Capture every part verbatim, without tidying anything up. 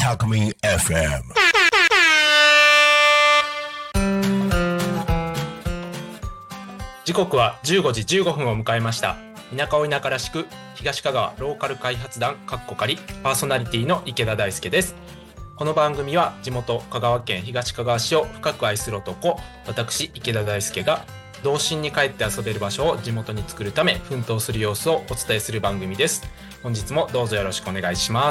タクミン エフエム。 時刻はじゅうごじじゅうごふんを迎えました。田舎を田舎らしく東香川ローカル開発団かっこかりパーソナリティの池田大輔です。この番組は地元香川県東かがわ市を深く愛する男、私池田大輔が童心に帰って遊べる場所を地元に作るため奮闘する様子をお伝えする番組です。本日もどうぞよろしくお願いします。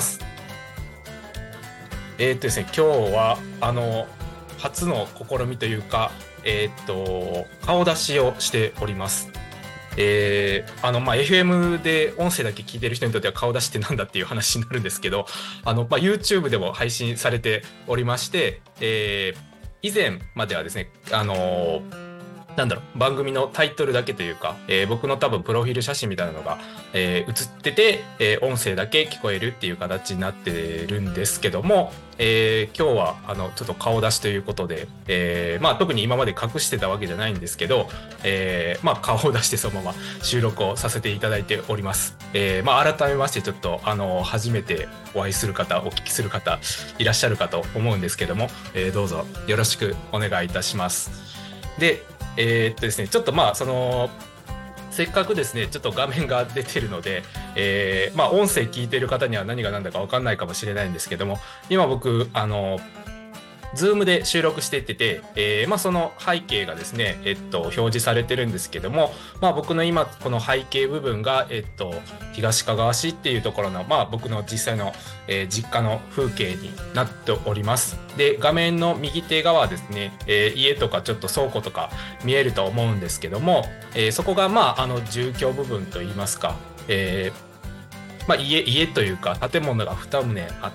えーっとですね今日はあの初の試みというか、えーっと顔出しをしております。えーあのまあ、エフエム で音声だけ聞いてる人にとっては顔出しってなんだっていう話になるんですけど、あの、まあ、YouTube でも配信されておりまして、えー以前まではですね、あのーなんだろう番組のタイトルだけというか、えー僕の多分プロフィール写真みたいなのが、えー映ってて、えー音声だけ聞こえるっていう形になってるんですけども、えー今日はあのちょっと顔出しということで、えーまあ、特に今まで隠してたわけじゃないんですけど、えーまあ、顔を出してそのまま収録をさせていただいております。えーまあ、改めましてちょっとあの初めてお会いする方お聞きする方いらっしゃるかと思うんですけども、えーどうぞよろしくお願いいたします。でえーっとですねちょっとまあそのせっかくですねちょっと画面が出てるので、えーまあ音声聞いてる方には何が何だか分かんないかもしれないんですけども、今僕あのズームで収録していってて、えーまあ、その背景がですね、えっと、表示されてるんですけども、まあ、僕の今この背景部分が、えっと、東かがわ市っていうところの、まあ、僕の実際の、えー実家の風景になっております。で画面の右手側はですね、えー家とかちょっと倉庫とか見えると思うんですけども、えーそこが、まあ、あの住居部分といいますか、えーまあ、家, 家というか建物がに棟あって、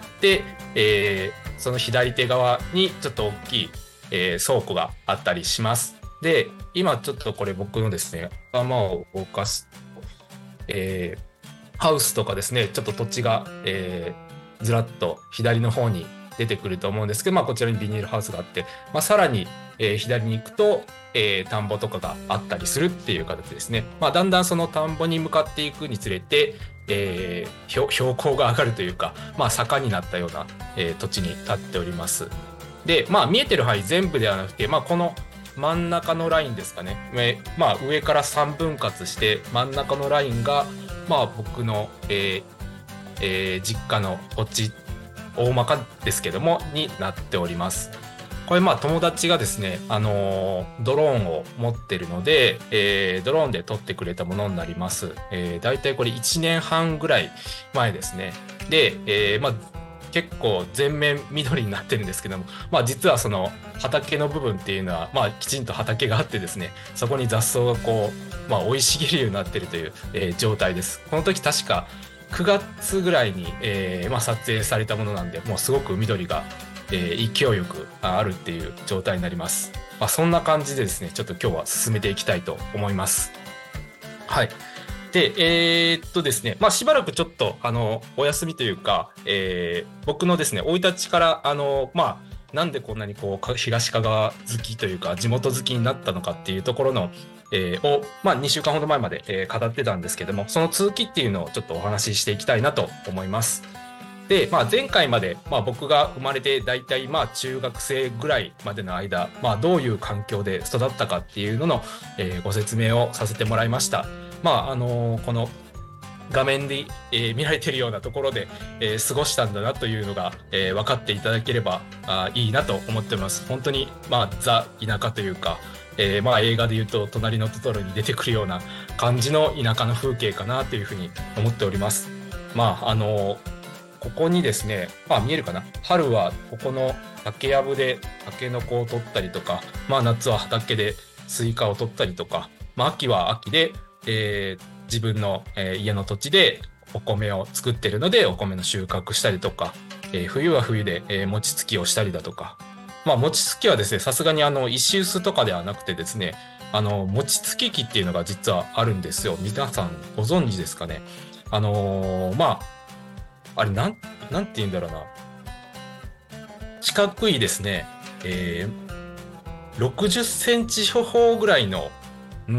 えーその左手側にちょっと大きい、えー倉庫があったりします。で今ちょっとこれ僕のですね頭を動かすと、えーハウスとかですねちょっと土地が、えーずらっと左の方に出てくると思うんですけど、まあ、こちらにビニールハウスがあって、まあ、さらに、えー左に行くと、えー田んぼとかがあったりするっていう形ですね。まあ、だんだんその田んぼに向かっていくにつれて、えー標標高が上がるというか、まあ、坂になったような、えー土地に立っております。で、まあ、見えてる範囲全部ではなくて、まあ、この真ん中のラインですかね、上、まあ、上からさんぶん割して真ん中のラインが、まあ、僕の、えーえー実家の土地大まかですけどもになっております。これまあ友達がですね、あのードローンを持ってるので、えードローンで撮ってくれたものになります。えー、だいたいこれいちねんはんぐらい前ですね。で、えーまあ結構全面緑になってるんですけども、まあ実はその畑の部分っていうのは、まあきちんと畑があってですね、そこに雑草がこう、まあ生い茂るようになってるという、えー状態です。この時確かくがつぐらいに、えーまあ、撮影されたものなんで、もうすごく緑が、えー勢いよくあるっていう状態になります。まあ、そんな感じでですね、ちょっと今日は進めていきたいと思います。はい。で、えーっとですね、まあ、しばらくちょっと、あの、お休みというか、えー僕のですね、生い立ちから、あの、まあ、なんでこんなにこう、か東かがわ好きというか、地元好きになったのかっていうところの、えーを、まあ、にしゅうかんほど前まで、えー語ってたんですけども、その続きっていうのをちょっとお話ししていきたいなと思います。で、まあ、前回まで、まあ、僕が生まれて大体まあ中学生ぐらいまでの間、まあ、どういう環境で育ったかっていうのの、えーご説明をさせてもらいました。まああのーこの画面で、えー見られているようなところで、えー過ごしたんだなというのが、えー分かっていただければあいいなと思っております。本当に、まあ、ザ田舎というか、えーまあ、映画で言うと隣のトトロに出てくるような感じの田舎の風景かなというふうに思っております。まああのーここにですね、まあ見えるかな、春はここの竹やぶでタケノコを取ったりとか、まあ夏は畑でスイカを取ったりとか、まあ秋は秋で、えー自分の、えー家の土地でお米を作ってるのでお米の収穫したりとか、えー冬は冬で、えー餅つきをしたりだとか、まあ餅つきはですね、さすがにあの石臼とかではなくてですね、あの餅つき機っていうのが実はあるんですよ。皆さんご存知ですかね。あのーまああれなん、なんて言うんだろうな。四角いですね、えー、ろくじゅっセンチ四方ぐらいの、うん、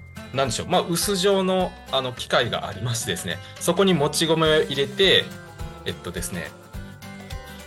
なんでしょう、まあ、薄状の、あの機械がありましてですね、そこにもち米を入れて、えっとですね、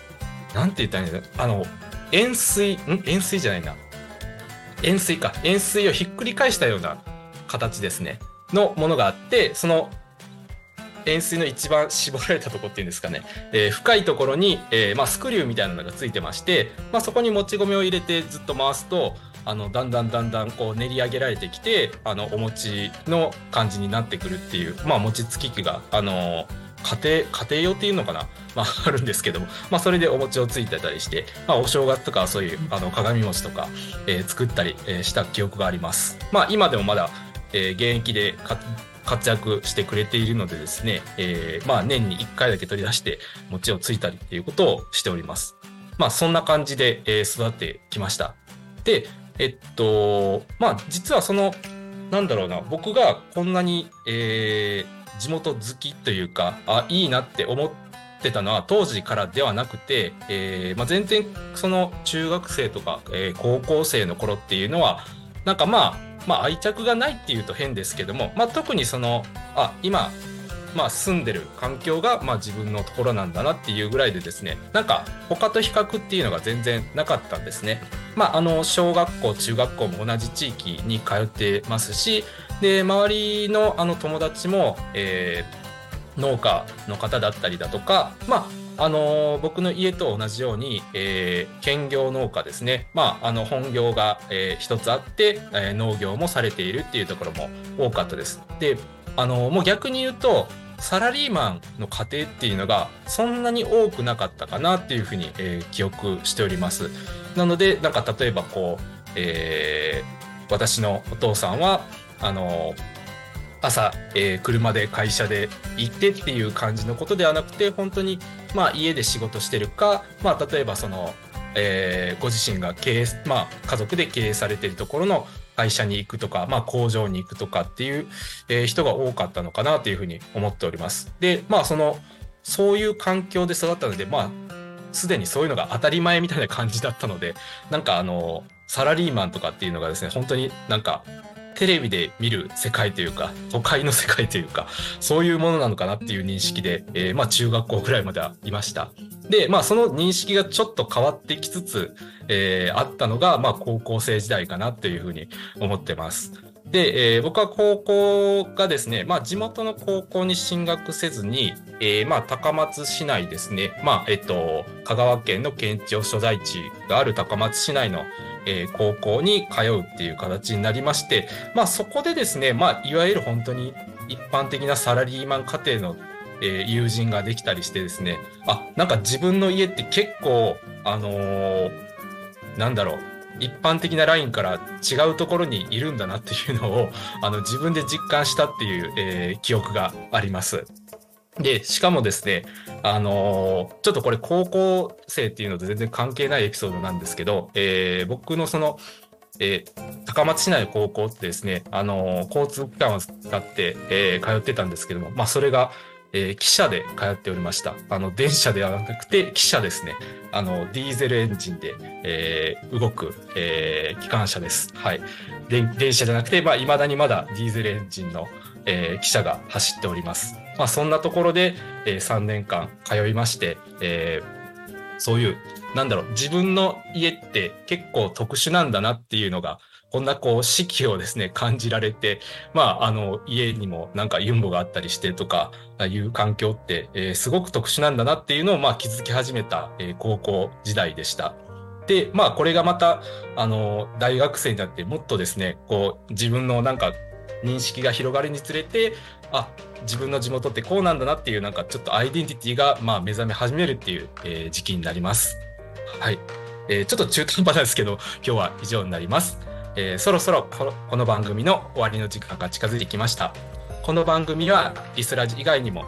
なんて言ったらいいんだろう、あの、円錐、ん円錐じゃないな。円錐か。円錐をひっくり返したような形ですね。のものがあって、その円錐の一番絞られたところっていうんですかね、えー、深いところに、えーまあ、スクリューみたいなのがついてまして、まあ、そこにもち米を入れてずっと回すと、あのだんだんだんだんこう練り上げられてきて、あのお餅の感じになってくるっていう、まあ、餅つき機が、あの家庭家庭用っていうのかな、まあ、あるんですけども、まあ、それでお餅をついてたりして、まあ、お正月とかそういうあの鏡餅とか、えー、作ったり、えー、した記憶があります。まあ、今でもまだ、えー、現役で活躍してくれているのでですね、えー、まあ年にいっかいだけ取り出して餅をついたりっていうことをしております。まあそんな感じで、えー、育ってきました。で、えっと、まあ実はその、なんだろうな、僕がこんなに、えー、地元好きというか、あ、いいなって思ってたのは当時からではなくて、えーまあ、全然その中学生とか、えー、高校生の頃っていうのは、なんかまあ、まあ愛着がないっていうと変ですけども、まあ特にその、あ、今、まあ住んでる環境がまあ自分のところなんだなっていうぐらいでですね、なんか他と比較っていうのが全然なかったんですね。まああの小学校、中学校も同じ地域に通ってますし、で、周りのあの友達も、えー、農家の方だったりだとか、まああのー、僕の家と同じように、えー、兼業農家ですね。まあ、あの、本業が、えー、一つあって、えー、農業もされているっていうところも多かったです。で、あのー、もう逆に言うと、サラリーマンの家庭っていうのがそんなに多くなかったかなっていうふうに、えー、記憶しております。なので、なんか例えばこう、えー、私のお父さんは、あのー、朝、えー、車で会社で行ってっていう感じのことではなくて、本当にまあ家で仕事してるか、まあ例えばその、えー、ご自身が経営、まあ家族で経営されているところの会社に行くとか、まあ工場に行くとかっていう、えー、人が多かったのかなというふうに思っております。で、まあその、そういう環境で育ったので、まあ、すでにそういうのが当たり前みたいな感じだったので、なんかあの、サラリーマンとかっていうのがですね、本当になんか、テレビで見る世界というか、都会の世界というか、そういうものなのかなっていう認識で、えー、まあ中学校ぐらいまではいました。で、まあその認識がちょっと変わってきつつ、えー、あったのが、まあ高校生時代かなというふうに思ってます。で、えー、僕は高校がですね、まあ地元の高校に進学せずに、えー、まあ高松市内ですね、まあえっと、香川県の県庁所在地がある高松市内のえー、高校に通うっていう形になりまして、まあそこでですね、まあいわゆる本当に一般的なサラリーマン家庭の、えー、友人ができたりしてですね、あ、なんか自分の家って結構、あのー、なんだろう、一般的なラインから違うところにいるんだなっていうのを、あの自分で実感したっていう、えー、記憶があります。で、しかもですね、あのー、ちょっとこれ高校生っていうのと全然関係ないエピソードなんですけど、えー、僕のその、えー、高松市内の高校ってですね、あのー、交通機関を使って、えー、通ってたんですけども、まあそれが、えー、汽車で通っておりました。あの、電車ではなくて汽車ですね。あの、ディーゼルエンジンで、えー、動く、えー、機関車です。はい。で、電車じゃなくて、まあ未だにまだディーゼルエンジンの、えー、汽車が走っております。まあそんなところで、えー、さんねんかん通いまして、えー、そういう、なんだろう、自分の家って結構特殊なんだなっていうのが、こんなこう四季をですね、感じられて、まああの家にもなんかユンボがあったりしてとかいう環境って、えー、すごく特殊なんだなっていうのをまあ気づき始めた、えー、高校時代でした。で、まあこれがまた、あの、大学生になってもっとですね、こう自分のなんか認識が広がるにつれて、あ、自分の地元ってこうなんだなっていうなんかちょっとアイデンティティがまあ目覚め始めるっていう、えー、時期になります。はい、えー。ちょっと中途半端なんですけど、今日は以上になります。えー、そろそろこの、この番組の終わりの時間が近づいてきました。この番組はリスラジ以外にも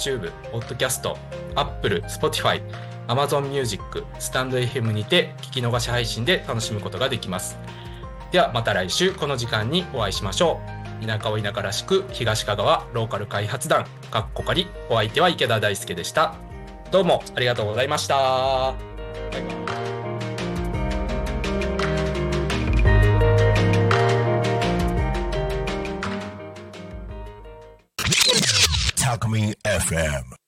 YouTube、Podcast、Apple、Spotify、Amazon Music、スタンド エフエム にて聞き逃し配信で楽しむことができます。ではまた来週この時間にお会いしましょう。田舎を田舎らしく東香川ローカル開発団かっこかり、お相手は池田大輔でした。どうもありがとうございました。バイバイ。 Alchemy エフエム